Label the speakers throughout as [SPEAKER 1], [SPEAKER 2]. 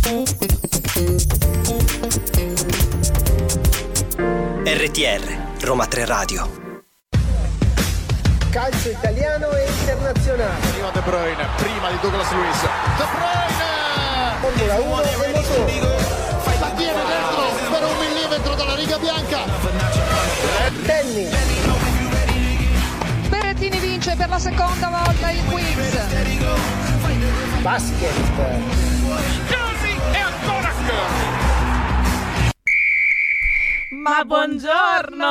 [SPEAKER 1] RTR Roma 3 Radio.
[SPEAKER 2] Calcio italiano e internazionale.
[SPEAKER 3] Arriva De Bruyne, prima di Douglas Luiz. De Bruyne!
[SPEAKER 2] Formula 1 e motori.
[SPEAKER 3] La tiene dentro per 1 millimetro dalla riga bianca.
[SPEAKER 2] Tennis.
[SPEAKER 4] Berrettini vince per la seconda volta il quiz.
[SPEAKER 2] Basket.
[SPEAKER 3] Casi e ancora
[SPEAKER 5] Ma buongiorno!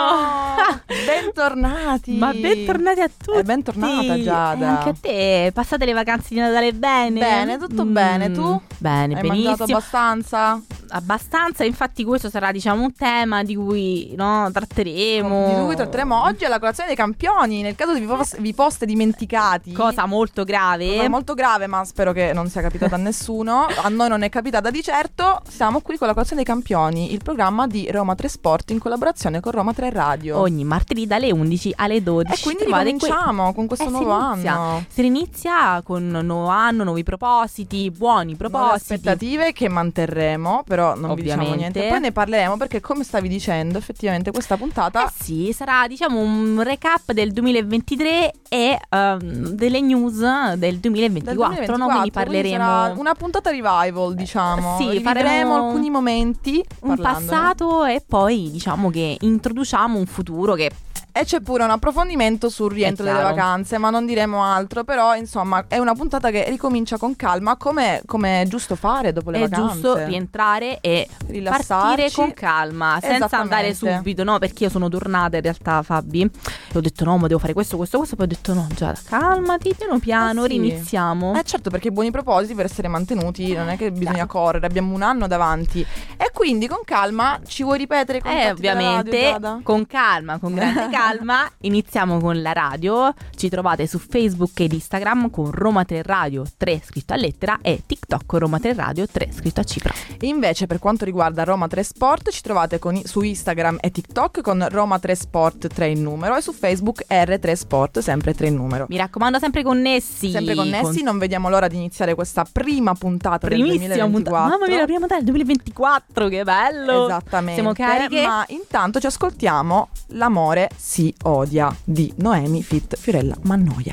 [SPEAKER 5] Bentornati!
[SPEAKER 6] Ma bentornati a tutti!
[SPEAKER 5] E bentornata Giada!
[SPEAKER 6] Anche a te! Passate le vacanze di Natale bene?
[SPEAKER 5] Bene, tutto bene, tu?
[SPEAKER 6] Bene,
[SPEAKER 5] Hai
[SPEAKER 6] benissimo.
[SPEAKER 5] mangiato abbastanza?
[SPEAKER 6] Abbastanza, infatti questo sarà un tema di cui tratteremo.
[SPEAKER 5] Di cui tratteremo oggi è la colazione dei campioni, nel caso vi foste dimenticati.
[SPEAKER 6] Cosa molto grave.
[SPEAKER 5] Cosa molto grave, ma spero che non sia capitata a nessuno. A noi non è capitata di certo. Siamo qui con la colazione dei campioni, il programma di Roma 3 Sport in collaborazione con Roma 3 Radio.
[SPEAKER 6] Ogni martedì dalle 11 alle 12.
[SPEAKER 5] E quindi ricominciamo con questo nuovo anno.
[SPEAKER 6] Si inizia con un nuovo anno, nuovi propositi, buoni propositi.
[SPEAKER 5] Nuove aspettative che manterremo, però non vi diciamo
[SPEAKER 6] Ovviamente.
[SPEAKER 5] niente. Poi ne parleremo perché, come stavi dicendo, effettivamente questa puntata
[SPEAKER 6] sì, sarà un recap del 2023 e delle news del 2024, no? Quindi parleremo
[SPEAKER 5] sarà una puntata revival, diciamo.
[SPEAKER 6] Sì,
[SPEAKER 5] rivivremo
[SPEAKER 6] faremo
[SPEAKER 5] alcuni momenti,
[SPEAKER 6] un passato e poi che introduciamo un futuro che
[SPEAKER 5] e c'è pure un approfondimento sul rientro delle vacanze, ma non diremo altro. Però insomma è una puntata che ricomincia con calma, come è giusto fare dopo le vacanze.
[SPEAKER 6] È giusto rientrare e partire con calma, senza andare subito, no? Perché io sono tornata in realtà, Fabi, e ho detto no, ma devo fare questo, poi ho detto no, già calmati, piano piano,
[SPEAKER 5] sì.
[SPEAKER 6] riniziamo.
[SPEAKER 5] Certo, perché i buoni propositi per essere mantenuti non è che bisogna correre, abbiamo un anno davanti. E quindi con calma, ci vuoi ripetere con
[SPEAKER 6] ovviamente
[SPEAKER 5] radio,
[SPEAKER 6] con calma, con grande calma. Iniziamo con la radio. Ci trovate su Facebook ed Instagram con Roma 3 Radio 3 scritto a lettera e TikTok Roma 3 Radio 3 scritto a cifra.
[SPEAKER 5] Invece per quanto riguarda Roma 3 Sport ci trovate su Instagram e TikTok con Roma 3 Sport 3 in numero e su Facebook R3 Sport sempre 3 in numero.
[SPEAKER 6] Mi raccomando, sempre connessi.
[SPEAKER 5] Non vediamo l'ora di iniziare questa prima puntata del 2024.
[SPEAKER 6] Mamma mia, la prima puntata del 2024, che bello.
[SPEAKER 5] Esattamente.
[SPEAKER 6] Siamo cariche.
[SPEAKER 5] Ma intanto ci ascoltiamo L'amore si odia di Noemi feat. Fiorella Mannoia.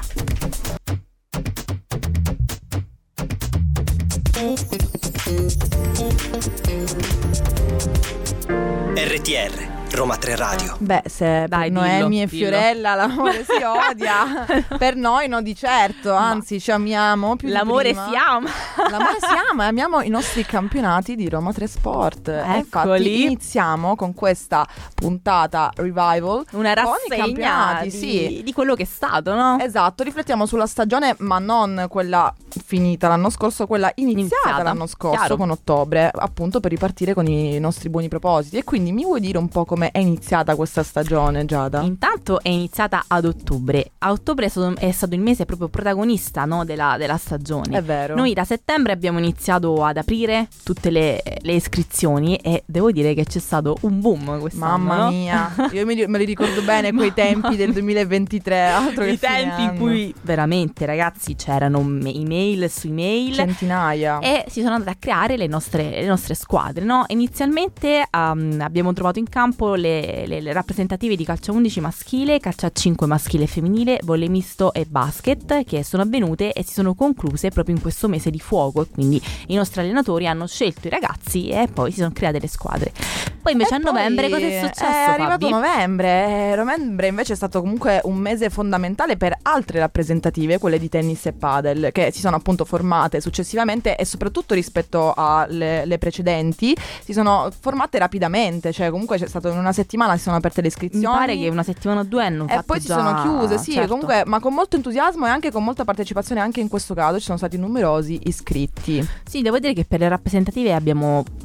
[SPEAKER 1] RTR Roma 3 Radio.
[SPEAKER 5] Beh, se per Noemi e Fiorella l'amore si odia, per noi no di certo, anzi ci amiamo più
[SPEAKER 6] l'amore
[SPEAKER 5] di prima.
[SPEAKER 6] si ama.
[SPEAKER 5] L'amore si ama e amiamo i nostri campionati di Roma 3 Sport.
[SPEAKER 6] Eccoli.
[SPEAKER 5] Infatti iniziamo con questa puntata revival,
[SPEAKER 6] una rassegna di quello che è stato, no?
[SPEAKER 5] Esatto, riflettiamo sulla stagione, ma non quella finita l'anno scorso, quella iniziata l'anno scorso, chiaro, con ottobre, appunto per ripartire con i nostri buoni propositi. E quindi mi vuoi dire un po' come è iniziata questa stagione, Giada?
[SPEAKER 6] Intanto è iniziata ad ottobre. A ottobre è stato il mese proprio protagonista, no, della stagione.
[SPEAKER 5] È vero.
[SPEAKER 6] Noi da settembre abbiamo iniziato ad aprire tutte le iscrizioni e devo dire che c'è stato un boom quest'anno.
[SPEAKER 5] Mamma mia, io me li ricordo bene quei tempi del 2023, altro che
[SPEAKER 6] i tempi in cui veramente, ragazzi, c'erano email su email,
[SPEAKER 5] centinaia,
[SPEAKER 6] e si sono andate a creare le nostre squadre, no? Inizialmente abbiamo trovato in campo le rappresentative di calcio a 11 maschile, calcio a 5 maschile e femminile, volley misto e basket, che sono avvenute e si sono concluse proprio in questo mese di fuoco, e quindi i nostri allenatori hanno scelto i ragazzi e poi si sono create le squadre. Poi invece a novembre cosa è successo?
[SPEAKER 5] È arrivato
[SPEAKER 6] Fabi?
[SPEAKER 5] Novembre invece è stato comunque un mese fondamentale per altre rappresentative, quelle di tennis e padel, che si sono appunto formate successivamente e soprattutto rispetto alle precedenti si sono formate rapidamente, cioè comunque c'è stato in una settimana si sono aperte le iscrizioni.
[SPEAKER 6] Mi pare che una settimana o due hanno fatto
[SPEAKER 5] e poi
[SPEAKER 6] già,
[SPEAKER 5] si sono chiuse, sì,
[SPEAKER 6] certo.
[SPEAKER 5] Comunque, ma con molto entusiasmo e anche con molta partecipazione. Anche in questo caso ci sono stati numerosi iscritti.
[SPEAKER 6] Sì, devo dire che per le rappresentative abbiamo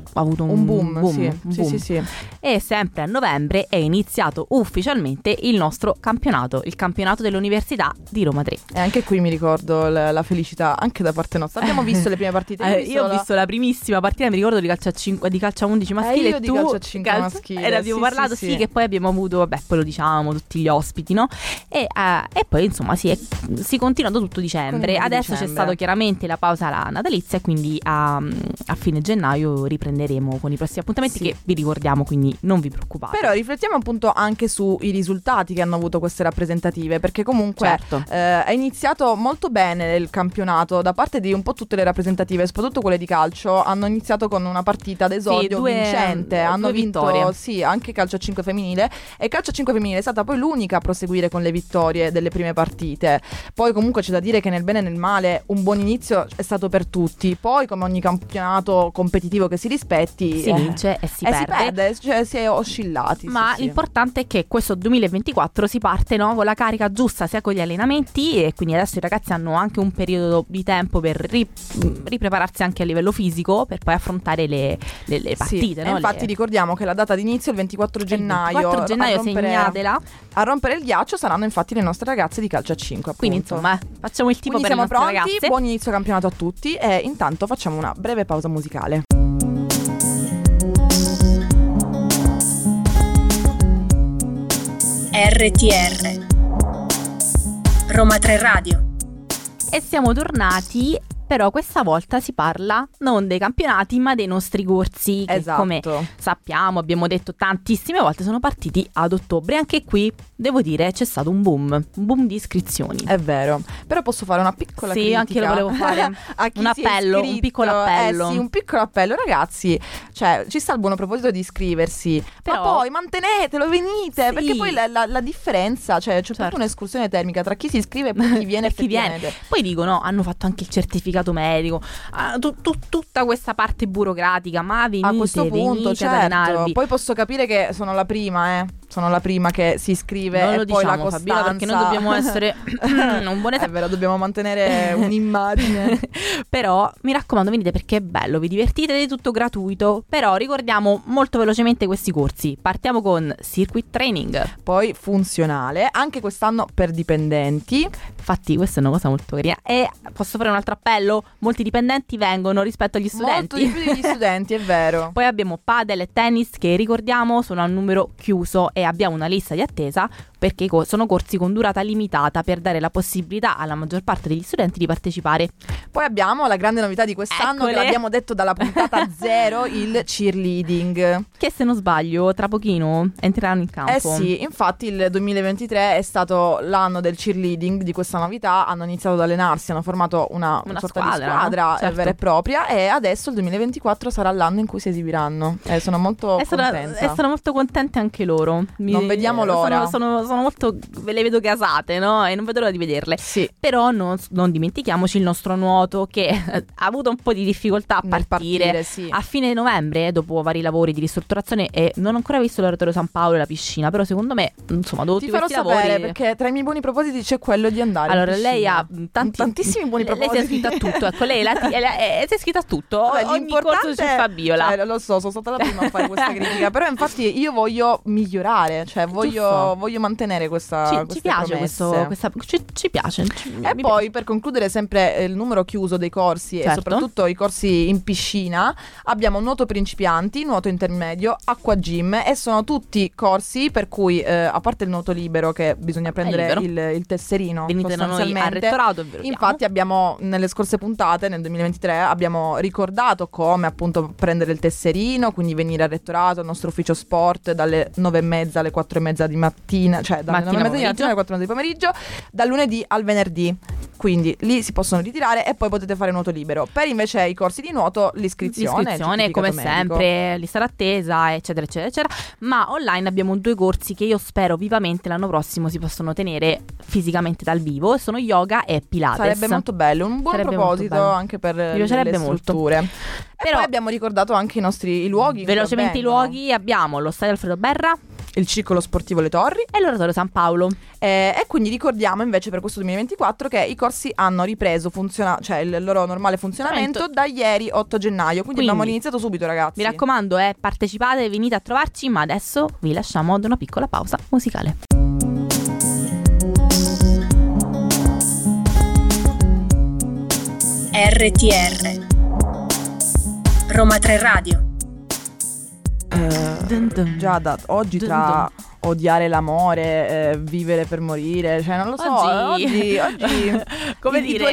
[SPEAKER 6] ha avuto
[SPEAKER 5] un boom. Sì.
[SPEAKER 6] E sempre a novembre è iniziato ufficialmente il nostro campionato, il campionato dell'Università di Roma 3.
[SPEAKER 5] E anche qui mi ricordo la felicità anche da parte nostra. Abbiamo visto le prime partite.
[SPEAKER 6] Io ho visto la primissima partita, mi ricordo di calcio a 11 maschile,
[SPEAKER 5] io di calcio a 5 maschile.
[SPEAKER 6] E abbiamo parlato, sì, che poi abbiamo avuto, vabbè, poi lo diciamo, tutti gli ospiti, no? E poi insomma si è continuato tutto dicembre. Adesso c'è stato chiaramente la pausa natalizia e quindi a fine gennaio riprenderemo con i prossimi appuntamenti che vi ricordiamo, quindi non vi preoccupate.
[SPEAKER 5] Però riflettiamo appunto anche sui risultati che hanno avuto queste rappresentative, perché comunque è iniziato molto bene il campionato da parte di un po' tutte le rappresentative, soprattutto quelle di calcio. Hanno iniziato con una partita d'esordio vincente, hanno vinto anche calcio a 5 femminile, e calcio a 5 femminile è stata poi l'unica a proseguire con le vittorie delle prime partite. Poi comunque c'è da dire che nel bene e nel male un buon inizio è stato per tutti. Poi, come ogni campionato competitivo che si rispetti,
[SPEAKER 6] si vince e si perde,
[SPEAKER 5] cioè si è oscillati.
[SPEAKER 6] Ma l'importante è che questo 2024 si parte, no, con la carica giusta, sia con gli allenamenti, e quindi adesso i ragazzi hanno anche un periodo di tempo per riprepararsi anche a livello fisico, per poi affrontare le partite, no?
[SPEAKER 5] Infatti ricordiamo che la data di inizio è il 24 gennaio.
[SPEAKER 6] Il 24 gennaio segnatela.
[SPEAKER 5] A rompere il ghiaccio saranno infatti le nostre ragazze di calcio a 5, appunto.
[SPEAKER 6] Quindi insomma facciamo il tipo
[SPEAKER 5] quindi
[SPEAKER 6] per le nostre
[SPEAKER 5] pronti,
[SPEAKER 6] ragazze.
[SPEAKER 5] Buon inizio campionato a tutti, e intanto facciamo una breve pausa musicale.
[SPEAKER 7] RTR Roma 3 Radio.
[SPEAKER 6] E siamo tornati. Però questa volta si parla non dei campionati ma dei nostri corsi che, come sappiamo, abbiamo detto tantissime volte, sono partiti ad ottobre. Anche qui devo dire c'è stato un boom di iscrizioni.
[SPEAKER 5] È vero, però posso fare una piccola critica.
[SPEAKER 6] Sì, anche io lo volevo fare. Un appello, un piccolo appello.
[SPEAKER 5] Sì, un piccolo appello, ragazzi. Cioè, ci sta il buono proposito di iscriversi, però, ma poi mantenetelo, venite, perché poi la differenza, cioè c'è tutta un'escursione termica tra chi si iscrive e poi chi viene effettivamente.
[SPEAKER 6] Poi dicono, hanno fatto anche il certificato medico, tutta questa parte burocratica, ma venite,
[SPEAKER 5] a questo punto,
[SPEAKER 6] ad allenarvi.
[SPEAKER 5] Poi posso capire che sono la prima che si iscrive,
[SPEAKER 6] non
[SPEAKER 5] e
[SPEAKER 6] lo
[SPEAKER 5] poi
[SPEAKER 6] diciamo,
[SPEAKER 5] la costanza,
[SPEAKER 6] Fabiola, perché noi dobbiamo essere un buon esempio.
[SPEAKER 5] È vero, dobbiamo mantenere un'immagine.
[SPEAKER 6] Però mi raccomando, venite perché è bello, vi divertite, è tutto gratuito. Però ricordiamo molto velocemente questi corsi. Partiamo con Circuit Training,
[SPEAKER 5] poi funzionale, anche quest'anno per dipendenti.
[SPEAKER 6] Infatti questa è una cosa molto carina. E posso fare un altro appello? Molti dipendenti vengono rispetto agli studenti.
[SPEAKER 5] Molto di più degli studenti, è vero.
[SPEAKER 6] Poi abbiamo padel e tennis, che ricordiamo sono a numero chiuso, e abbiamo una lista di attesa perché sono corsi con durata limitata, per dare la possibilità alla maggior parte degli studenti di partecipare.
[SPEAKER 5] Poi abbiamo la grande novità di quest'anno, che l'abbiamo detto dalla puntata 0, il cheerleading,
[SPEAKER 6] che se non sbaglio tra pochino entreranno in campo.
[SPEAKER 5] Sì, infatti il 2023 è stato l'anno del cheerleading, di questa novità. Hanno iniziato ad allenarsi, hanno formato una sorta di squadra vera e propria, e adesso il 2024 sarà l'anno in cui si esibiranno. Sono molto contenta.
[SPEAKER 6] E sono molto contente anche loro.
[SPEAKER 5] Non vediamo l'ora.
[SPEAKER 6] Sono molto, ve le vedo gasate, no? E non vedo l'ora di vederle.
[SPEAKER 5] Sì.
[SPEAKER 6] Però non dimentichiamoci il nostro nuoto, che ha avuto un po' di difficoltà a partire.
[SPEAKER 5] Sì.
[SPEAKER 6] A fine novembre, dopo vari lavori di ristrutturazione, e non ho ancora visto l'oratorio San Paolo e la piscina, però secondo me, insomma, dopo tutti questi lavori...
[SPEAKER 5] Ti farò sapere, perché tra i miei buoni propositi c'è quello di andare
[SPEAKER 6] allora,
[SPEAKER 5] in
[SPEAKER 6] lei ha
[SPEAKER 5] tantissimi buoni propositi.
[SPEAKER 6] Lei si è iscritta a tutto, ecco, lei si è iscritta a tutto. Ogni corso c'è Fabiola.
[SPEAKER 5] Lo so, sono stata la prima a fare questa critica, però infatti io voglio migliorare, cioè voglio mantenere questa
[SPEAKER 6] ci piace ci piace.
[SPEAKER 5] E poi per concludere sempre il numero chiuso dei corsi, e soprattutto i corsi in piscina, abbiamo nuoto principianti, nuoto intermedio, acqua gym, e sono tutti corsi per cui a parte il nuoto libero, che bisogna prendere il tesserino,
[SPEAKER 6] venite da noi al rettorato.
[SPEAKER 5] Infatti abbiamo nelle scorse puntate, nel 2023, abbiamo ricordato come appunto prendere il tesserino, quindi venire al rettorato, al nostro ufficio sport, dalle 9:30 alle 4:30 di mattina, cioè dalle 9:30 di mattina alle 4:30 di pomeriggio, dal lunedì al venerdì. Quindi lì si possono ritirare e poi potete fare nuoto libero. Per invece i corsi di nuoto, l'iscrizione
[SPEAKER 6] come sempre, lista d'attesa, eccetera eccetera eccetera. Ma online abbiamo 2 corsi che io spero vivamente l'anno prossimo si possono tenere fisicamente dal vivo. Sono yoga e pilates.
[SPEAKER 5] Sarebbe molto bello, un buon proposito anche per le strutture. E poi abbiamo ricordato anche i luoghi.
[SPEAKER 6] Velocemente i luoghi: abbiamo lo stadio Alfredo Berra,
[SPEAKER 5] il Circolo Sportivo Le Torri
[SPEAKER 6] e l'Oratorio San Paolo.
[SPEAKER 5] E quindi ricordiamo invece per questo 2024 che i corsi hanno ripreso cioè il loro normale funzionamento da ieri 8 gennaio, quindi abbiamo iniziato subito, ragazzi.
[SPEAKER 6] Mi raccomando, partecipate, venite a trovarci, ma adesso vi lasciamo ad una piccola pausa musicale.
[SPEAKER 7] RTR Roma 3 Radio.
[SPEAKER 5] Giada, oggi tra odiare l'amore, vivere per morire, cioè non lo so, oggi
[SPEAKER 6] come
[SPEAKER 5] i
[SPEAKER 6] dire,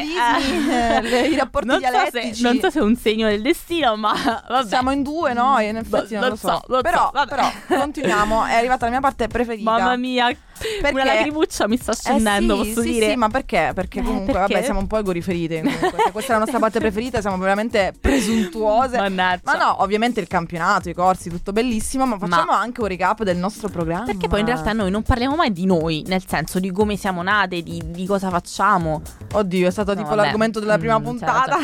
[SPEAKER 5] i rapporti dialettici
[SPEAKER 6] non so se è un segno del destino, ma vabbè.
[SPEAKER 5] Siamo in due noi, in effetti non lo so. Però continuiamo, è arrivata la mia parte preferita.
[SPEAKER 6] Mamma mia,
[SPEAKER 5] perché
[SPEAKER 6] una lacrimuccia mi sta scendendo, posso dire?
[SPEAKER 5] Sì, ma perché? Perché comunque vabbè, siamo un po' egoriferite comunque. Se questa è la nostra parte preferita, siamo veramente presuntuose.
[SPEAKER 6] Mannaggia.
[SPEAKER 5] Ma no, ovviamente il campionato, i corsi, tutto bellissimo, ma facciamo anche un recap del nostro programma.
[SPEAKER 6] Perché poi in realtà noi non parliamo mai di noi, nel senso di come siamo nate, di cosa facciamo.
[SPEAKER 5] Oddio, è stato tipo l'argomento della prima puntata.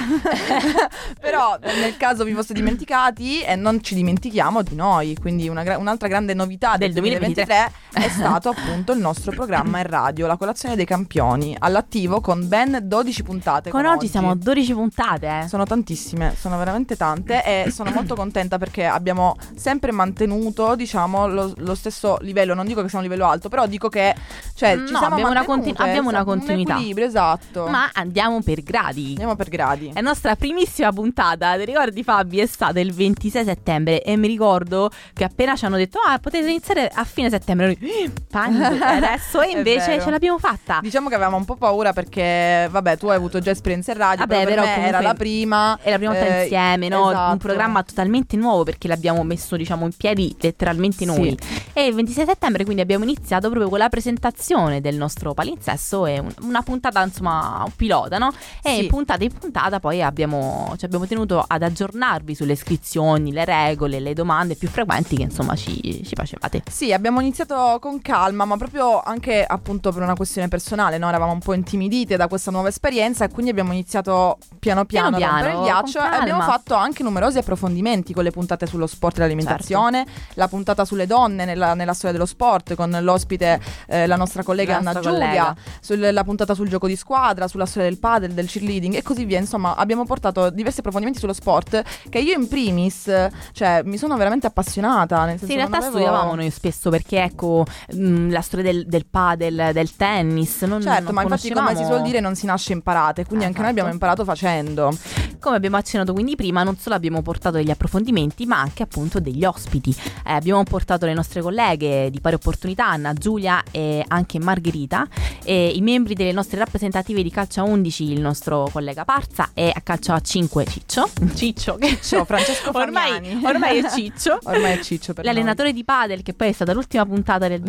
[SPEAKER 5] Però nel caso vi foste dimenticati, e non ci dimentichiamo di noi, quindi un'altra grande novità del 2023 è stato appunto il nostro programma in radio, la colazione dei campioni, all'attivo con ben 12 puntate.
[SPEAKER 6] Con oggi siamo a 12 puntate.
[SPEAKER 5] Sono tantissime, sono veramente tante, e sono molto contenta perché abbiamo sempre mantenuto, diciamo, lo stesso livello. Non dico che sia un livello alto, però dico che ci siamo
[SPEAKER 6] abbiamo una continuità.
[SPEAKER 5] Un equilibrio, esatto.
[SPEAKER 6] Ma andiamo per gradi.
[SPEAKER 5] La nostra
[SPEAKER 6] primissima puntata, ti ricordi, Fabi, è stata il 26 settembre e mi ricordo che appena ci hanno detto potete iniziare a fine settembre, noi panico adesso, e invece ce l'abbiamo fatta.
[SPEAKER 5] Diciamo che avevamo un po' paura perché vabbè, tu hai avuto già esperienza in radio, però per me era la prima
[SPEAKER 6] volta insieme, no?
[SPEAKER 5] Esatto.
[SPEAKER 6] Un programma totalmente nuovo perché l'abbiamo messo, diciamo, in piedi letteralmente noi. E il 26 settembre quindi abbiamo iniziato proprio con la presentazione del nostro palinsesto e una puntata, insomma, pilota, no? E puntata in puntata poi ci abbiamo tenuto ad aggiornarvi sulle iscrizioni, le regole, le domande più frequenti che insomma ci facevate.
[SPEAKER 5] Sì, abbiamo iniziato con calma, ma proprio anche appunto per una questione personale, no? Eravamo un po' intimidite da questa nuova esperienza e quindi abbiamo iniziato piano piano a rompere il ghiaccio e abbiamo fatto anche numerosi approfondimenti con le puntate sullo sport e l'alimentazione, la puntata sulle donne nella storia dello sport con l'ospite la nostra collega Anna Giulia, la puntata sul gioco di squadra, sulla storia del padel, del cheerleading e così via. Insomma, abbiamo portato diversi approfondimenti sullo sport che io in primis, cioè, mi sono veramente appassionata, nel senso,
[SPEAKER 6] in realtà studiavamo noi spesso perché ecco la storia del padel, del tennis,
[SPEAKER 5] certo, ma infatti, come si suol dire, non si nasce imparate, quindi anche noi abbiamo imparato facendo.
[SPEAKER 6] Come abbiamo accennato quindi prima, non solo abbiamo portato degli approfondimenti, ma anche appunto degli ospiti. Abbiamo portato le nostre colleghe di pari opportunità, Anna, Giulia e anche Margherita, e i membri delle nostre rappresentative di calcio a 11, il nostro collega Parza, e a calcio a 5 Ciccio
[SPEAKER 5] Francesco Fagnani.
[SPEAKER 6] ormai è Ciccio.
[SPEAKER 5] Ormai è Ciccio per
[SPEAKER 6] l'allenatore
[SPEAKER 5] noi
[SPEAKER 6] di padel, che poi è stata l'ultima puntata del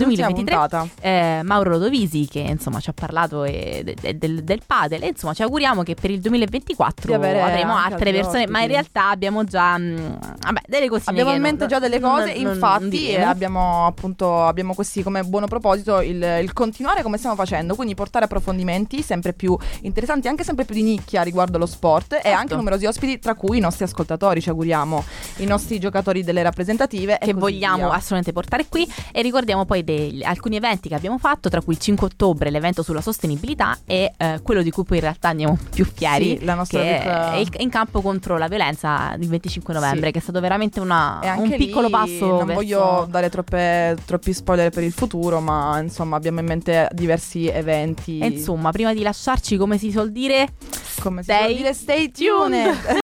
[SPEAKER 6] 2023, Mauro Rodovisi, che insomma ci ha parlato del padel, e insomma ci auguriamo che per il 2024 avremo altre persone, ma in realtà abbiamo già delle cosine,
[SPEAKER 5] abbiamo in mente già delle cose, infatti abbiamo questi come buono proposito il continuare come stiamo facendo, quindi portare approfondimenti sempre più interessanti, anche sempre più di nicchia riguardo lo sport, e anche numerosi ospiti, tra cui i nostri ascoltatori, ci auguriamo, i nostri giocatori delle rappresentative
[SPEAKER 6] che vogliamo assolutamente portare qui. E ricordiamo poi alcuni eventi che abbiamo fatto, tra cui il 5 ottobre l'evento sulla sostenibilità e quello di cui poi in realtà andiamo più fieri,
[SPEAKER 5] la nostra
[SPEAKER 6] che è in campo contro la violenza il 25 novembre, che è stato veramente un piccolo passo.
[SPEAKER 5] Non voglio dare troppi spoiler per il futuro, ma insomma abbiamo in mente diversi eventi.
[SPEAKER 6] E insomma, prima di lasciarci, come si suol dire,
[SPEAKER 5] stay tuned.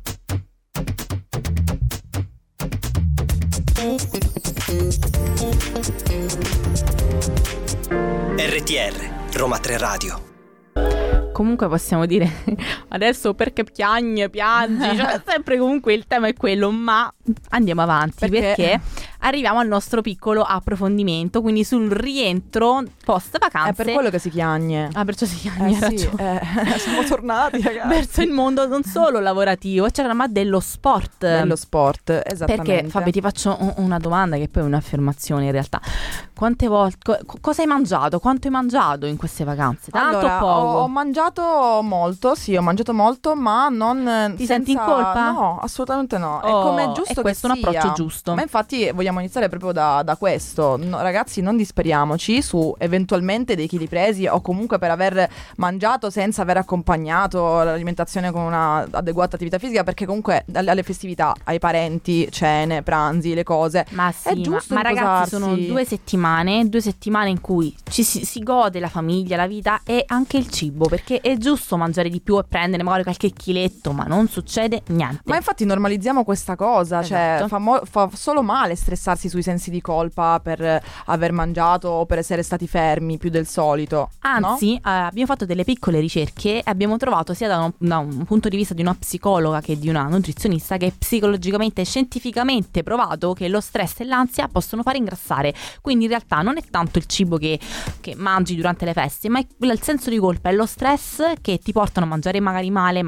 [SPEAKER 1] RTR Roma 3 Radio.
[SPEAKER 6] Comunque possiamo dire adesso perché piangi, cioè sempre comunque il tema è quello, ma andiamo avanti perché arriviamo al nostro piccolo approfondimento, quindi sul rientro post vacanze.
[SPEAKER 5] È per quello che si chiagne.
[SPEAKER 6] Perciò si chiagne,
[SPEAKER 5] siamo tornati, ragazzi,
[SPEAKER 6] verso il mondo non solo lavorativo, eccetera, ma dello sport.
[SPEAKER 5] Esattamente.
[SPEAKER 6] Perché Fabio, ti faccio una domanda che poi è un'affermazione in realtà. Quante volte Cosa hai mangiato? Quanto hai mangiato in queste vacanze? Tanto o poco?
[SPEAKER 5] Ho mangiato molto, sì, ho mangiato mangiato molto, ma non
[SPEAKER 6] Ti senti in colpa?
[SPEAKER 5] No, assolutamente no. È
[SPEAKER 6] Oh,
[SPEAKER 5] come giusto
[SPEAKER 6] e questo
[SPEAKER 5] che
[SPEAKER 6] è un approccio
[SPEAKER 5] sia.
[SPEAKER 6] giusto.
[SPEAKER 5] Ma infatti vogliamo iniziare proprio da questo. No, ragazzi, non disperiamoci su eventualmente dei chili presi o comunque per aver mangiato senza aver accompagnato l'alimentazione con una adeguata attività fisica, perché comunque alle festività, ai parenti, cene, pranzi, le cose,
[SPEAKER 6] Ma
[SPEAKER 5] è
[SPEAKER 6] sì,
[SPEAKER 5] giusto
[SPEAKER 6] ma ragazzi, sono
[SPEAKER 5] imposarsi.
[SPEAKER 6] 2 settimane in cui si gode la famiglia, la vita e anche il cibo, perché è giusto mangiare di più e prendere magari qualche chiletto, ma non succede niente.
[SPEAKER 5] Ma infatti normalizziamo questa cosa, cioè
[SPEAKER 6] Esatto.
[SPEAKER 5] fa solo male stressarsi sui sensi di colpa per aver mangiato o per essere stati fermi più del solito.
[SPEAKER 6] Anzi,
[SPEAKER 5] no?
[SPEAKER 6] abbiamo fatto delle piccole ricerche e abbiamo trovato sia da un punto di vista di una psicologa che di una nutrizionista che è psicologicamente e scientificamente provato che lo stress e l'ansia possono fare ingrassare. Quindi in realtà non è tanto il cibo che mangi durante le feste, ma è il senso di colpa e lo stress che ti portano a mangiare magari male,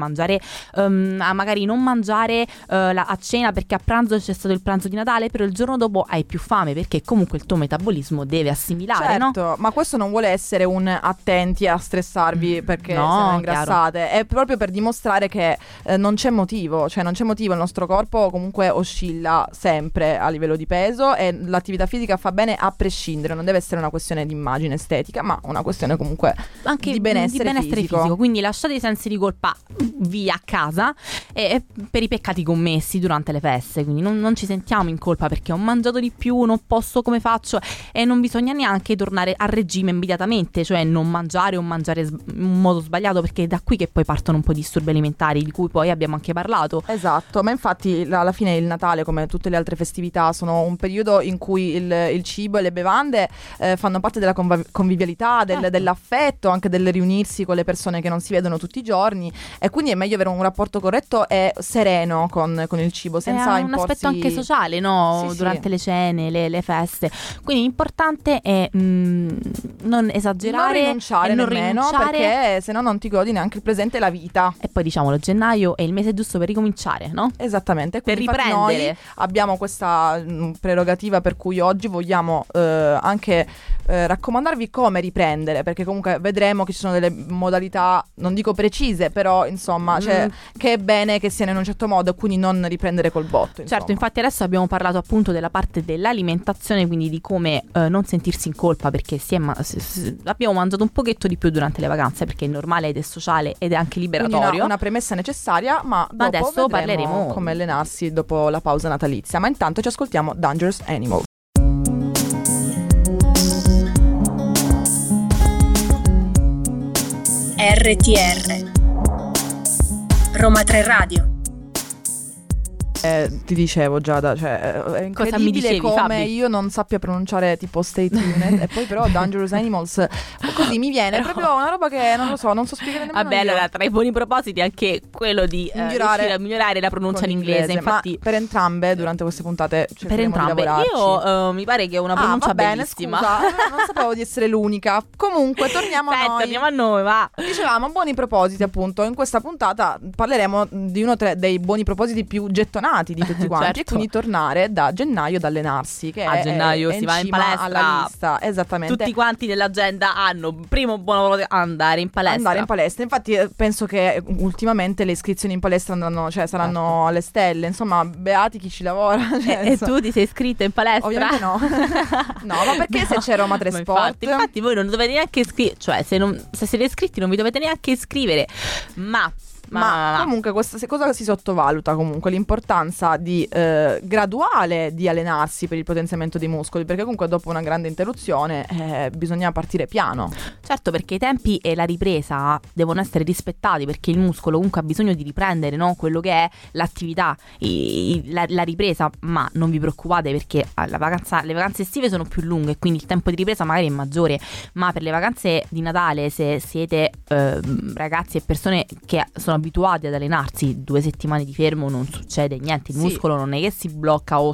[SPEAKER 6] a magari non mangiare a cena perché a pranzo c'è stato il pranzo di Natale, però il giorno dopo hai più fame perché comunque il tuo metabolismo deve assimilare, no?
[SPEAKER 5] Certo, ma questo non vuole essere un attenti a stressarvi perché
[SPEAKER 6] no,
[SPEAKER 5] se non ingrassate, è proprio per dimostrare che non c'è motivo, cioè non c'è motivo, il nostro corpo comunque oscilla sempre a livello di peso e l'attività fisica fa bene a prescindere, non deve essere una questione di immagine estetica, ma una questione comunque
[SPEAKER 6] Anche
[SPEAKER 5] di benessere fisico.
[SPEAKER 6] Quindi lasciate i sensi di colpa via a casa e per i peccati commessi durante le feste, quindi non ci sentiamo in colpa perché ho mangiato di più, non posso, come faccio, e non bisogna neanche tornare a regime immediatamente, cioè non mangiare o mangiare in modo sbagliato, perché è da qui che poi partono un po' di disturbi alimentari di cui poi abbiamo anche parlato.
[SPEAKER 5] Esatto, ma infatti alla fine il Natale, come tutte le altre festività, sono un periodo in cui il cibo e le bevande fanno parte della convivialità, dell'affetto, anche del riunirsi con le persone che non si vedono tutti i giorni, e quindi è meglio avere un rapporto corretto e sereno con il cibo, senza
[SPEAKER 6] È un
[SPEAKER 5] imporsi...
[SPEAKER 6] aspetto anche sociale, no?
[SPEAKER 5] Sì,
[SPEAKER 6] Durante
[SPEAKER 5] sì.
[SPEAKER 6] le cene, le feste. Quindi l'importante è non esagerare,
[SPEAKER 5] non rinunciare
[SPEAKER 6] e non
[SPEAKER 5] nemmeno,
[SPEAKER 6] rinunciare.
[SPEAKER 5] perché se no non ti godi neanche il presente e la vita.
[SPEAKER 6] E poi diciamolo, gennaio è il mese giusto per ricominciare, no?
[SPEAKER 5] Esattamente,
[SPEAKER 6] Per
[SPEAKER 5] quindi infatti noi
[SPEAKER 6] riprendere.
[SPEAKER 5] abbiamo questa prerogativa per cui oggi vogliamo anche raccomandarvi come riprendere, perché comunque vedremo che ci sono delle modalità, non dico precise, però insomma cioè, che è bene che siano in un certo modo e quindi non riprendere col botto, insomma.
[SPEAKER 6] Certo, infatti adesso abbiamo parlato appunto della parte dell'alimentazione, quindi di come non sentirsi in colpa perché abbiamo mangiato un pochetto di più durante le vacanze, perché è normale ed è sociale ed è anche
[SPEAKER 5] Quindi
[SPEAKER 6] liberatorio.
[SPEAKER 5] una premessa necessaria, ma dopo
[SPEAKER 6] adesso
[SPEAKER 5] vedremo
[SPEAKER 6] parleremo
[SPEAKER 5] come allenarsi dopo la pausa natalizia. Ma intanto ci ascoltiamo Dangerous Animals.
[SPEAKER 7] RTR Roma 3 Radio.
[SPEAKER 5] Ti dicevo Giada, cioè è incredibile
[SPEAKER 6] mi dicevi,
[SPEAKER 5] come
[SPEAKER 6] Fabi?
[SPEAKER 5] io non sappia pronunciare tipo Stay Tuned e poi però Dangerous Animals così mi viene proprio una roba che non lo so, non so spiegare nemmeno
[SPEAKER 6] Vabbè,
[SPEAKER 5] io.
[SPEAKER 6] allora tra i buoni propositi anche quello di riuscire a migliorare la pronuncia
[SPEAKER 5] con
[SPEAKER 6] in inglese. Infatti,
[SPEAKER 5] ma per entrambe durante queste puntate
[SPEAKER 6] per
[SPEAKER 5] cercheremo
[SPEAKER 6] entrambe
[SPEAKER 5] di lavorarci.
[SPEAKER 6] io mi pare che ho una pronuncia
[SPEAKER 5] va bene,
[SPEAKER 6] bellissima.
[SPEAKER 5] scusa, non sapevo di essere l'unica. Comunque torniamo a
[SPEAKER 6] Aspetta,
[SPEAKER 5] noi.
[SPEAKER 6] andiamo a noi, va.
[SPEAKER 5] Dicevamo buoni propositi, appunto. In questa puntata parleremo di uno dei buoni propositi più gettonati di tutti quanti,
[SPEAKER 6] Certo.
[SPEAKER 5] e quindi tornare da gennaio ad allenarsi, che
[SPEAKER 6] A gennaio
[SPEAKER 5] è
[SPEAKER 6] si va in
[SPEAKER 5] cima
[SPEAKER 6] palestra.
[SPEAKER 5] alla lista. Esattamente.
[SPEAKER 6] Tutti quanti nell'agenda hanno primo buon lavoro andare in palestra.
[SPEAKER 5] Andare in palestra. Infatti penso che ultimamente le iscrizioni in palestra saranno alle stelle. Insomma, beati chi ci lavora.
[SPEAKER 6] E tu ti sei iscritta in palestra?
[SPEAKER 5] Ovviamente no. No, ma perché se c'è Roma 3
[SPEAKER 6] Ma
[SPEAKER 5] Sport?
[SPEAKER 6] infatti voi non dovete neanche iscrivere, cioè se siete iscritti non vi dovete neanche iscrivere. Ma
[SPEAKER 5] comunque cosa si sottovaluta comunque? L'importanza di graduale di allenarsi per il potenziamento dei muscoli, perché comunque dopo una grande interruzione bisogna partire piano.
[SPEAKER 6] certo, perché i tempi e la ripresa devono essere rispettati, perché il muscolo comunque ha bisogno di riprendere, no? Quello che è l'attività, la ripresa. Ma non vi preoccupate, perché le vacanze estive sono più lunghe, quindi il tempo di ripresa magari è maggiore. Ma per le vacanze di Natale, se siete ragazzi e persone che sono abituati ad allenarsi, 2 settimane di fermo non succede niente, il muscolo non è che si blocca o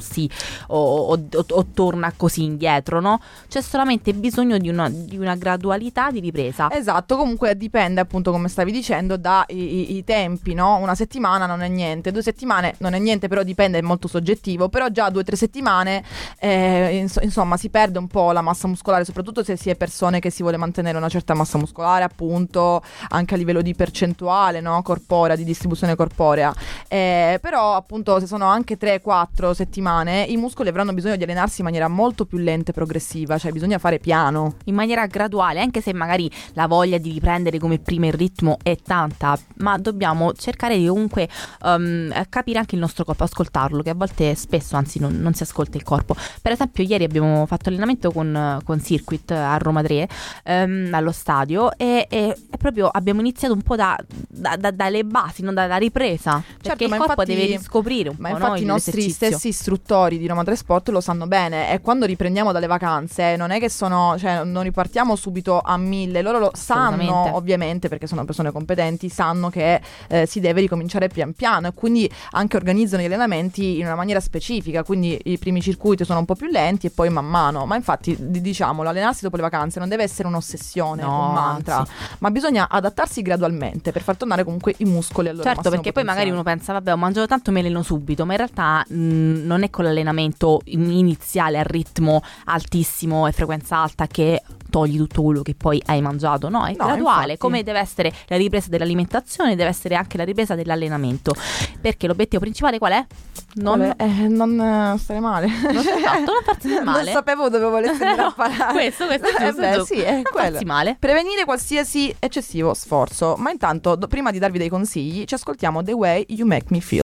[SPEAKER 6] torna così indietro, no? C'è solamente bisogno di una gradualità di ripresa.
[SPEAKER 5] Esatto, comunque dipende, appunto, come stavi dicendo, dai tempi, no? Una settimana non è niente, 2 settimane non è niente, però dipende, è molto soggettivo. Però già 2 o 3 settimane insomma si perde un po' la massa muscolare, soprattutto se si è persone che si vuole mantenere una certa massa muscolare, appunto, anche a livello di percentuale, no? corporea, di distribuzione corporea. Però appunto se sono anche 3-4 settimane i muscoli avranno bisogno di allenarsi in maniera molto più lenta e progressiva, cioè bisogna fare piano,
[SPEAKER 6] in maniera graduale, anche se magari la voglia di riprendere come prima il ritmo è tanta, ma dobbiamo cercare di comunque capire anche il nostro corpo, ascoltarlo, che a volte spesso anzi non si ascolta il corpo. Per esempio ieri abbiamo fatto allenamento con Circuit a Roma 3 allo stadio e proprio abbiamo iniziato un po' dalle basi, non dalla ripresa, perché il corpo deve riscoprire un po',
[SPEAKER 5] ma infatti i nostri
[SPEAKER 6] l'esercizio.
[SPEAKER 5] stessi istruttori di Roma 3 Sport lo sanno bene, e quando riprendiamo dalle vacanze non è che non ripartiamo subito a 1000, loro lo sanno ovviamente, perché sono persone competenti, sanno che si deve ricominciare pian piano, e quindi anche organizzano gli allenamenti in una maniera specifica, quindi i primi circuiti sono un po' più lenti e poi man mano, ma infatti diciamolo, allenarsi dopo le vacanze non deve essere un'ossessione, un mantra, ma bisogna adattarsi gradualmente per far tornare comunque i muscoli al loro
[SPEAKER 6] certo, perché poi magari uno pensa vabbè, ho mangiato tanto, me alleno subito, ma in realtà non è con l'allenamento iniziale a ritmo altissimo e frequenza alta che togli tutto quello che poi hai mangiato, no? È graduale, infatti. Come deve essere la ripresa dell'alimentazione, deve essere anche la ripresa dell'allenamento, perché l'obiettivo principale qual è?
[SPEAKER 5] Non stare male.
[SPEAKER 6] Non farsi male.
[SPEAKER 5] Non sapevo dove volessi andare a parare.
[SPEAKER 6] Questo è giusto.
[SPEAKER 5] Sì, è
[SPEAKER 6] non
[SPEAKER 5] quello.
[SPEAKER 6] Farsi male.
[SPEAKER 5] Prevenire qualsiasi eccessivo sforzo. Ma intanto, prima di darvi dei consigli, ci ascoltiamo The Way You Make Me Feel.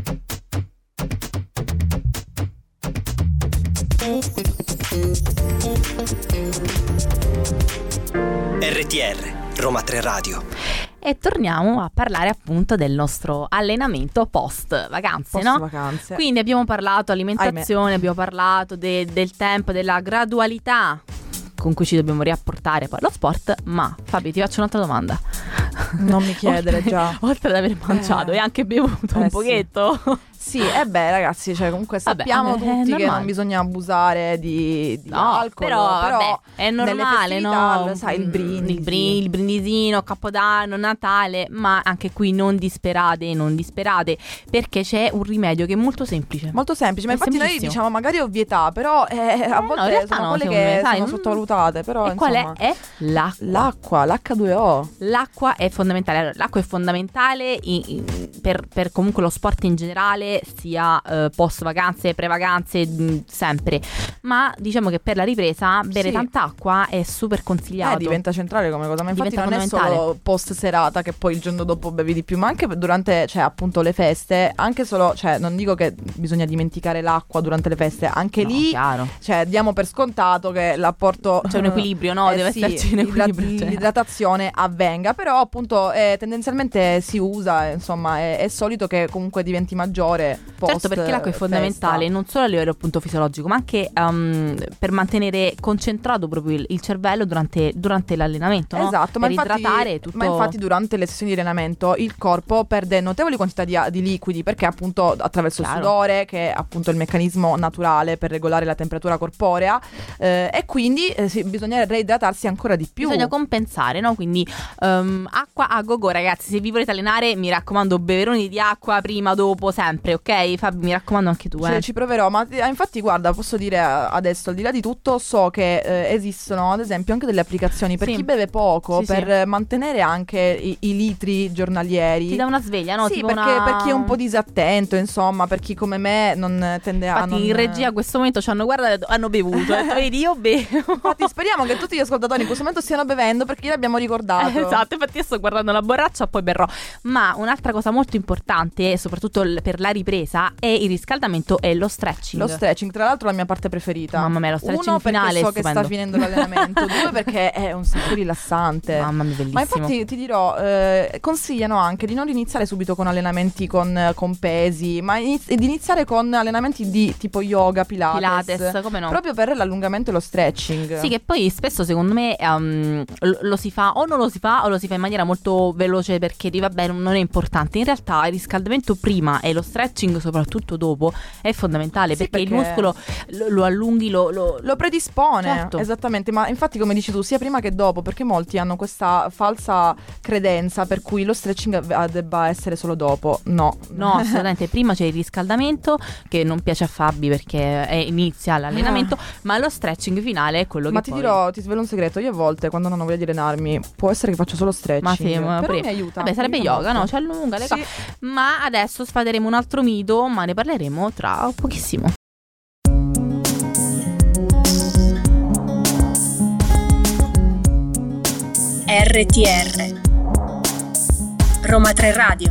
[SPEAKER 1] RTR, Roma 3 Radio.
[SPEAKER 6] E torniamo a parlare appunto del nostro allenamento post vacanze, no?
[SPEAKER 5] Vacanze.
[SPEAKER 6] Quindi abbiamo parlato alimentazione, abbiamo parlato del tempo, della gradualità con cui ci dobbiamo riapportare poi allo sport. Ma Fabio, ti faccio un'altra domanda.
[SPEAKER 5] Non mi chiedere già.
[SPEAKER 6] Oltre ad aver mangiato e anche bevuto un pochetto.
[SPEAKER 5] Sì, ragazzi, cioè comunque sappiamo tutti che non bisogna abusare di alcol,
[SPEAKER 6] però vabbè, è normale, no?
[SPEAKER 5] Sai, il
[SPEAKER 6] brindisino, Capodanno, Natale, ma anche qui non disperate, perché c'è un rimedio che è molto semplice.
[SPEAKER 5] Molto semplice, ma infatti noi diciamo magari ovvietà, però a volte sono quelle che sono sottovalutate, però
[SPEAKER 6] e qual è?
[SPEAKER 5] L'acqua, l'H2O.
[SPEAKER 6] L'acqua è fondamentale. Allora, l'acqua è fondamentale per comunque lo sport in generale, sia post vacanze, pre vacanze, sempre. Ma diciamo che per la ripresa bere tanta acqua è super consigliato.
[SPEAKER 5] Diventa centrale come cosa, ma infatti non è solo post serata che poi il giorno dopo bevi di più, ma anche durante, cioè appunto le feste, anche solo, cioè non dico che bisogna dimenticare l'acqua durante le feste, anche lì chiaro. Cioè diamo per scontato che l'apporto,
[SPEAKER 6] c'è un equilibrio, no? Deve esserci un equilibrio,
[SPEAKER 5] l'idratazione avvenga, però appunto tendenzialmente si usa, insomma è solito che comunque diventi maggiore post,
[SPEAKER 6] certo, perché l'acqua è fondamentale
[SPEAKER 5] festa.
[SPEAKER 6] Non solo a livello appunto fisiologico, ma anche per mantenere concentrato proprio il cervello durante l'allenamento, no?
[SPEAKER 5] Esatto,
[SPEAKER 6] per idratare tutto.
[SPEAKER 5] Ma infatti durante le sessioni di allenamento il corpo perde notevoli quantità di liquidi, perché appunto attraverso il sudore, che è appunto il meccanismo naturale per regolare la temperatura corporea, e quindi bisogna reidratarsi ancora di più.
[SPEAKER 6] Bisogna compensare, no? Quindi acqua a go-go, ragazzi. Se vi volete allenare, mi raccomando, beveroni di acqua prima, dopo, sempre, ok? Fabio, mi raccomando anche tu.
[SPEAKER 5] Ci proverò, ma infatti guarda, posso dire adesso, al di là di tutto, so che esistono ad esempio anche delle applicazioni per chi beve poco, per mantenere anche i litri giornalieri.
[SPEAKER 6] Ti dà una sveglia, no?
[SPEAKER 5] Sì,
[SPEAKER 6] tipo
[SPEAKER 5] perché per chi è un po' disattento, insomma, per chi come me non tende a...
[SPEAKER 6] Infatti in regia a questo momento ci hanno guardato, hanno bevuto. Vedi, io bevo.
[SPEAKER 5] Infatti speriamo che tutti gli ascoltatori in questo momento stiano bevendo, perché gliel'abbiamo ricordato.
[SPEAKER 6] Esatto, infatti io sto guardando la borraccia, poi berrò. Ma un'altra cosa molto importante, soprattutto per la ripresa, è il riscaldamento e lo stretching.
[SPEAKER 5] Lo stretching, tra l'altro, è la mia parte preferita.
[SPEAKER 6] Mamma mia, lo stretching
[SPEAKER 5] 1,
[SPEAKER 6] finale
[SPEAKER 5] perché so
[SPEAKER 6] stupendo.
[SPEAKER 5] Che sta finendo l'allenamento. 2, perché è un sacco rilassante.
[SPEAKER 6] Mamma mia, bellissimo.
[SPEAKER 5] Ma infatti ti dirò, consigliano anche di non iniziare subito con allenamenti con pesi, ma di iniziare con allenamenti di tipo yoga, pilates,
[SPEAKER 6] come no?
[SPEAKER 5] proprio per l'allungamento e lo stretching.
[SPEAKER 6] Sì, che poi spesso secondo me lo si fa o non lo si fa, o lo si fa in maniera molto veloce perché vabbè non è importante. In realtà il riscaldamento prima e lo stretching soprattutto dopo, è fondamentale,
[SPEAKER 5] Sì,
[SPEAKER 6] perché il
[SPEAKER 5] perché
[SPEAKER 6] muscolo lo allunghi,
[SPEAKER 5] lo predispone,
[SPEAKER 6] Certo.
[SPEAKER 5] esattamente, ma infatti come dici tu, sia prima che dopo, perché molti hanno questa falsa credenza per cui lo stretching debba essere solo dopo. No,
[SPEAKER 6] assolutamente. Prima c'è il riscaldamento, che non piace a Fabi perché inizia l'allenamento, ma lo stretching finale è quello
[SPEAKER 5] ma
[SPEAKER 6] che
[SPEAKER 5] ti
[SPEAKER 6] poi...
[SPEAKER 5] dirò, ti svelo un segreto, io a volte quando non ho voglia di allenarmi può essere che faccio solo stretching,
[SPEAKER 6] Ma sì, ma
[SPEAKER 5] però
[SPEAKER 6] pure-
[SPEAKER 5] mi aiuta.
[SPEAKER 6] Vabbè, sarebbe
[SPEAKER 5] mi aiuta
[SPEAKER 6] yoga,
[SPEAKER 5] molto.
[SPEAKER 6] no? Cioè allunga le
[SPEAKER 5] Sì.
[SPEAKER 6] cose. Ma adesso sfaderemo un altro mito, ma ne parleremo tra pochissimo.
[SPEAKER 7] RTR Roma 3 Radio.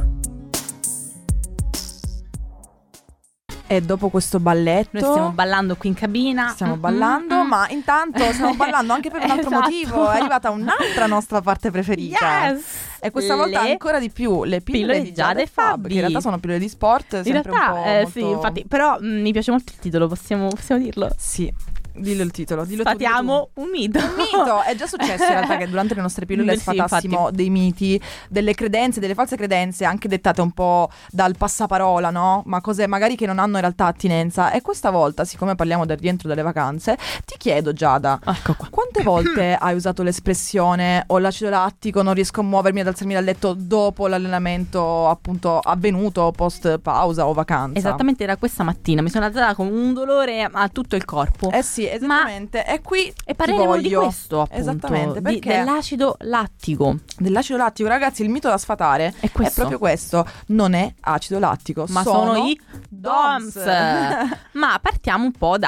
[SPEAKER 5] E dopo questo balletto
[SPEAKER 6] Noi stiamo ballando qui in cabina.
[SPEAKER 5] stiamo ballando, ma intanto stiamo ballando anche per un altro
[SPEAKER 6] Esatto.
[SPEAKER 5] motivo. È arrivata un'altra nostra parte preferita.
[SPEAKER 6] Yes!
[SPEAKER 5] E questa volta
[SPEAKER 6] Le
[SPEAKER 5] ancora di più le pillole di Giada e Fab, che in realtà sono pillole di sport,
[SPEAKER 6] In
[SPEAKER 5] sempre
[SPEAKER 6] realtà,
[SPEAKER 5] un po' molto...
[SPEAKER 6] sì, infatti, però mi piace molto il titolo, possiamo dirlo.
[SPEAKER 5] Sì, dillo il titolo, dillo tu,
[SPEAKER 6] Sfatiamo un mito.
[SPEAKER 5] Un mito, è già successo in realtà che durante le nostre pillole
[SPEAKER 6] Sì,
[SPEAKER 5] sfatassimo
[SPEAKER 6] infatti.
[SPEAKER 5] dei miti, delle credenze, delle false credenze, anche dettate un po' dal passaparola, no? Ma cose magari che non hanno in realtà attinenza. E questa volta, siccome parliamo del rientro dalle vacanze, ti chiedo, Giada,
[SPEAKER 6] Ecco qua.
[SPEAKER 5] quante volte hai usato l'espressione ho l'acido lattico, non riesco a muovermi ad alzarmi dal letto dopo l'allenamento appunto avvenuto post pausa o vacanza?
[SPEAKER 6] Esattamente, era questa mattina. Mi sono alzata con un dolore a tutto il corpo.
[SPEAKER 5] Eh sì, esattamente. E qui
[SPEAKER 6] E parleremo di
[SPEAKER 5] voglio.
[SPEAKER 6] questo, appunto.
[SPEAKER 5] Esattamente, perché
[SPEAKER 6] dell'acido lattico.
[SPEAKER 5] dell'acido lattico, ragazzi, il mito da sfatare
[SPEAKER 6] È questo.
[SPEAKER 5] proprio questo. Non è acido lattico,
[SPEAKER 6] Ma sono i DOMS.
[SPEAKER 5] DOMS.
[SPEAKER 6] Ma partiamo un po'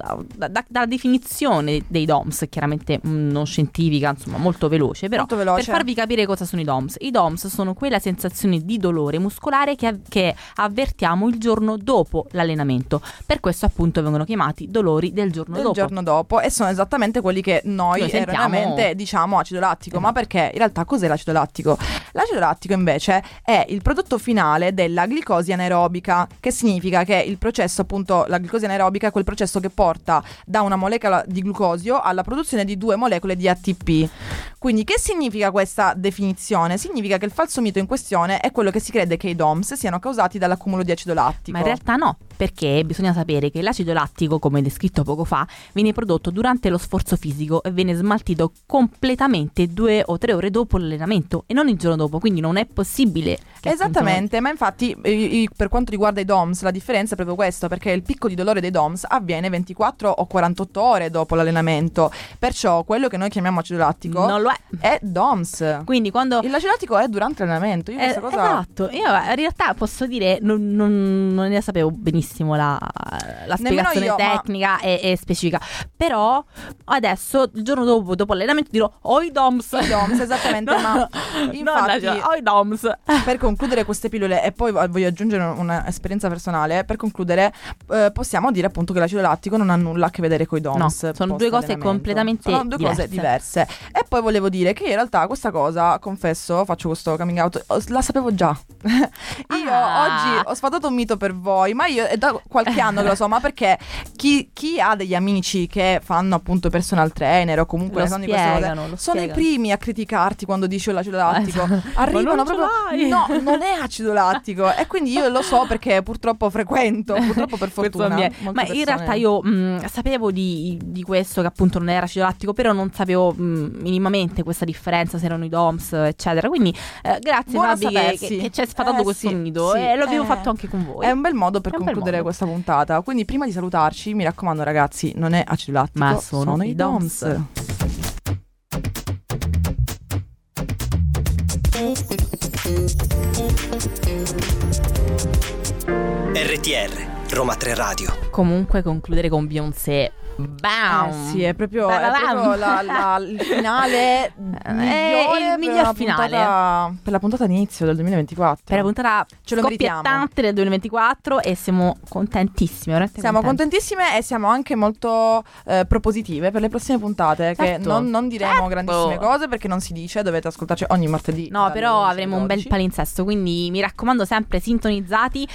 [SPEAKER 6] dalla definizione dei DOMS, chiaramente non scientifica, insomma molto veloce, però
[SPEAKER 5] Molto veloce.
[SPEAKER 6] per farvi capire cosa sono i DOMS. I DOMS sono quella sensazione di dolore muscolare che avvertiamo il giorno dopo l'allenamento. Per questo appunto vengono chiamati dolori del giorno
[SPEAKER 5] Del
[SPEAKER 6] dopo.
[SPEAKER 5] giorno dopo, e sono esattamente quelli che noi
[SPEAKER 6] sentiamo.
[SPEAKER 5] erroneamente diciamo acido lattico. Ma perché in realtà cos'è l'acido lattico? L'acido lattico invece è il prodotto finale della glicosi anaerobica, che significa che il processo, appunto, la glicosi anaerobica è quel processo che porta da una molecola di glucosio alla produzione di 2 molecole di ATP. Quindi che significa questa definizione? Significa che il falso mito in questione è quello che si crede che i DOMS siano causati dall'accumulo di acido lattico.
[SPEAKER 6] Ma in realtà no, perché bisogna sapere che l'acido lattico, come descritto poco fa, viene prodotto durante lo sforzo fisico e viene smaltito completamente 2 o 3 ore dopo l'allenamento e non il giorno dopo, quindi non è possibile che
[SPEAKER 5] Esattamente, ma infatti per quanto riguarda i DOMS la differenza è proprio questo, perché il picco di dolore dei DOMS avviene 24 o 48 ore dopo l'allenamento, perciò quello che noi chiamiamo acido lattico
[SPEAKER 6] non lo è.
[SPEAKER 5] DOMS.
[SPEAKER 6] Quindi quando
[SPEAKER 5] Il acido lattico è durante l'allenamento. Io questa cosa
[SPEAKER 6] esatto, io in realtà posso dire non ne sapevo benissimo la spiegazione
[SPEAKER 5] io, ma-
[SPEAKER 6] tecnica e specifica, però adesso il giorno dopo l'allenamento dirò ho i DOMS.
[SPEAKER 5] I DOMS, esattamente, ma infatti
[SPEAKER 6] ho i DOMS.
[SPEAKER 5] per concludere queste pillole, e poi voglio aggiungere un'esperienza personale, per concludere possiamo dire appunto che l'acido lattico non ha nulla a che vedere con i DOMS.
[SPEAKER 6] No, sono due cose
[SPEAKER 5] post-allenamento.
[SPEAKER 6] completamente
[SPEAKER 5] sono due cose diverse. E poi volevo dire che in realtà questa cosa, confesso, faccio questo coming out, la sapevo già. Io oggi ho sfatato un mito per voi, ma io è da qualche anno che lo so, ma perché chi ha degli amici che fanno appunto personal trainer o comunque
[SPEAKER 6] Lo
[SPEAKER 5] ne sanno di queste cose,
[SPEAKER 6] spiegano, lo
[SPEAKER 5] sono i
[SPEAKER 6] spiegano.
[SPEAKER 5] primi a criticarti quando dici l'acido lattico. Arrivano
[SPEAKER 6] Ma non ce
[SPEAKER 5] proprio
[SPEAKER 6] l'hai.
[SPEAKER 5] no, non è acido lattico, e quindi io lo so perché purtroppo frequento, purtroppo per fortuna.
[SPEAKER 6] Ma
[SPEAKER 5] molte
[SPEAKER 6] in
[SPEAKER 5] persone-
[SPEAKER 6] realtà io sapevo di questo, che appunto non era acido lattico, però non sapevo minimamente questa differenza, se erano i DOMS eccetera, quindi grazie
[SPEAKER 5] Buono a
[SPEAKER 6] Fabi
[SPEAKER 5] sapersi.
[SPEAKER 6] che ci hai sfatato questo
[SPEAKER 5] sì,
[SPEAKER 6] mito,
[SPEAKER 5] sì,
[SPEAKER 6] e lo abbiamo fatto anche con voi.
[SPEAKER 5] È un bel modo per
[SPEAKER 6] È un bel
[SPEAKER 5] concludere
[SPEAKER 6] modo.
[SPEAKER 5] questa puntata. Quindi prima di salutarci, mi raccomando ragazzi, non è acido lattico,
[SPEAKER 6] Ma sono
[SPEAKER 5] i
[SPEAKER 6] i
[SPEAKER 5] DOMS.
[SPEAKER 6] DOMS.
[SPEAKER 1] RTR, Roma 3 Radio.
[SPEAKER 6] Comunque concludere con Beyoncé, bam!
[SPEAKER 5] Sì, è proprio,
[SPEAKER 6] Bam,
[SPEAKER 5] è
[SPEAKER 6] bam.
[SPEAKER 5] proprio il finale migliore
[SPEAKER 6] il miglior finale.
[SPEAKER 5] per la puntata inizio del 2024.
[SPEAKER 6] Per la puntata
[SPEAKER 5] Ce lo meritiamo.
[SPEAKER 6] scoppiettante del 2024 e siamo contentissime, veramente
[SPEAKER 5] Siamo
[SPEAKER 6] contente.
[SPEAKER 5] contentissime, e siamo anche molto propositive per le prossime puntate, che
[SPEAKER 6] Certo.
[SPEAKER 5] non diremo
[SPEAKER 6] Certo.
[SPEAKER 5] grandissime cose perché non si dice, dovete ascoltarci ogni martedì.
[SPEAKER 6] No,
[SPEAKER 5] dalle
[SPEAKER 6] però
[SPEAKER 5] 11
[SPEAKER 6] avremo
[SPEAKER 5] alle
[SPEAKER 6] un bel
[SPEAKER 5] 12.
[SPEAKER 6] palinsesto, quindi mi raccomando sempre sintonizzati.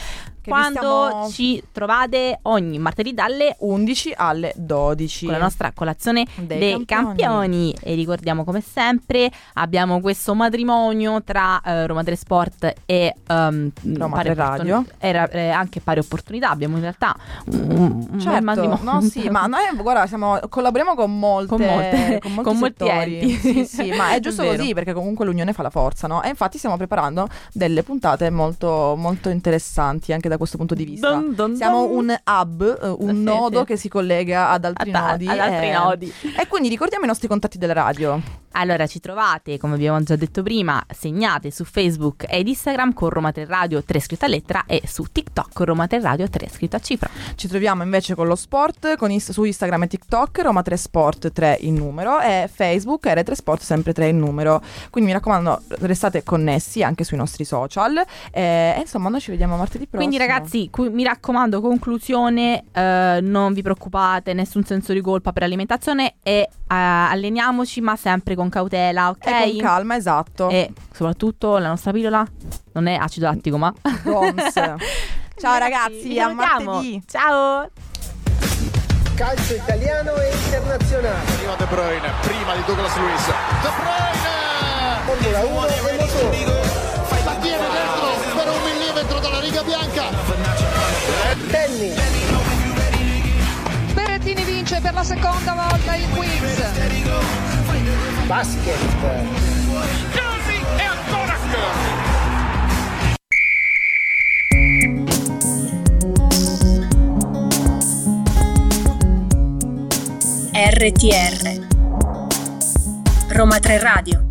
[SPEAKER 6] quando ci trovate ogni martedì dalle
[SPEAKER 5] 11 alle 12
[SPEAKER 6] con la nostra colazione dei
[SPEAKER 5] campioni.
[SPEAKER 6] campioni. E ricordiamo, come sempre, abbiamo questo matrimonio tra Roma 3 Sport e
[SPEAKER 5] Roma 3 Radio.
[SPEAKER 6] Era anche pari opportunità. Abbiamo in realtà un bel matrimonio.
[SPEAKER 5] No, sì, ma noi guarda, collaboriamo con molti
[SPEAKER 6] molti enti.
[SPEAKER 5] Sì, ma è giusto così, perché comunque l'unione fa la forza, no? E infatti stiamo preparando delle puntate molto, molto interessanti anche da questo punto di vista. Siamo un hub, un nodo che si collega ad altri nodi. E quindi ricordiamo i nostri contatti della radio.
[SPEAKER 6] Allora, ci trovate, come abbiamo già detto prima, segnate su Facebook ed Instagram con Roma 3 Radio 3 scritto a lettera e su TikTok con Roma 3 Radio 3 scritto a cifra.
[SPEAKER 5] Ci troviamo invece con lo sport, su Instagram e TikTok Roma 3 Sport 3 in numero e Facebook R3 Sport sempre 3 in numero. Quindi mi raccomando, restate connessi anche sui nostri social e insomma noi ci vediamo martedì prossimo.
[SPEAKER 6] Quindi ragazzi, mi raccomando, conclusione, non vi preoccupate, nessun senso di colpa per l'alimentazione e alleniamoci ma sempre con cautela, ok?
[SPEAKER 5] E con calma, esatto.
[SPEAKER 6] E soprattutto la nostra pillola non è acido lattico ma
[SPEAKER 5] DOMS. Ciao ragazzi, a martedì.
[SPEAKER 6] Ciao.
[SPEAKER 2] Calcio italiano e internazionale.
[SPEAKER 3] Arriva De Bruyne, prima di Douglas Luiz. De Bruyne!
[SPEAKER 2] Formula 1 e motore.
[SPEAKER 3] La tiene dentro per 1 millimetro dalla riga bianca.
[SPEAKER 2] Tennis.
[SPEAKER 4] Berrettini vince per la seconda volta il quiz.
[SPEAKER 2] Basket.
[SPEAKER 3] Casi e ancora
[SPEAKER 7] RTR Roma 3 Radio.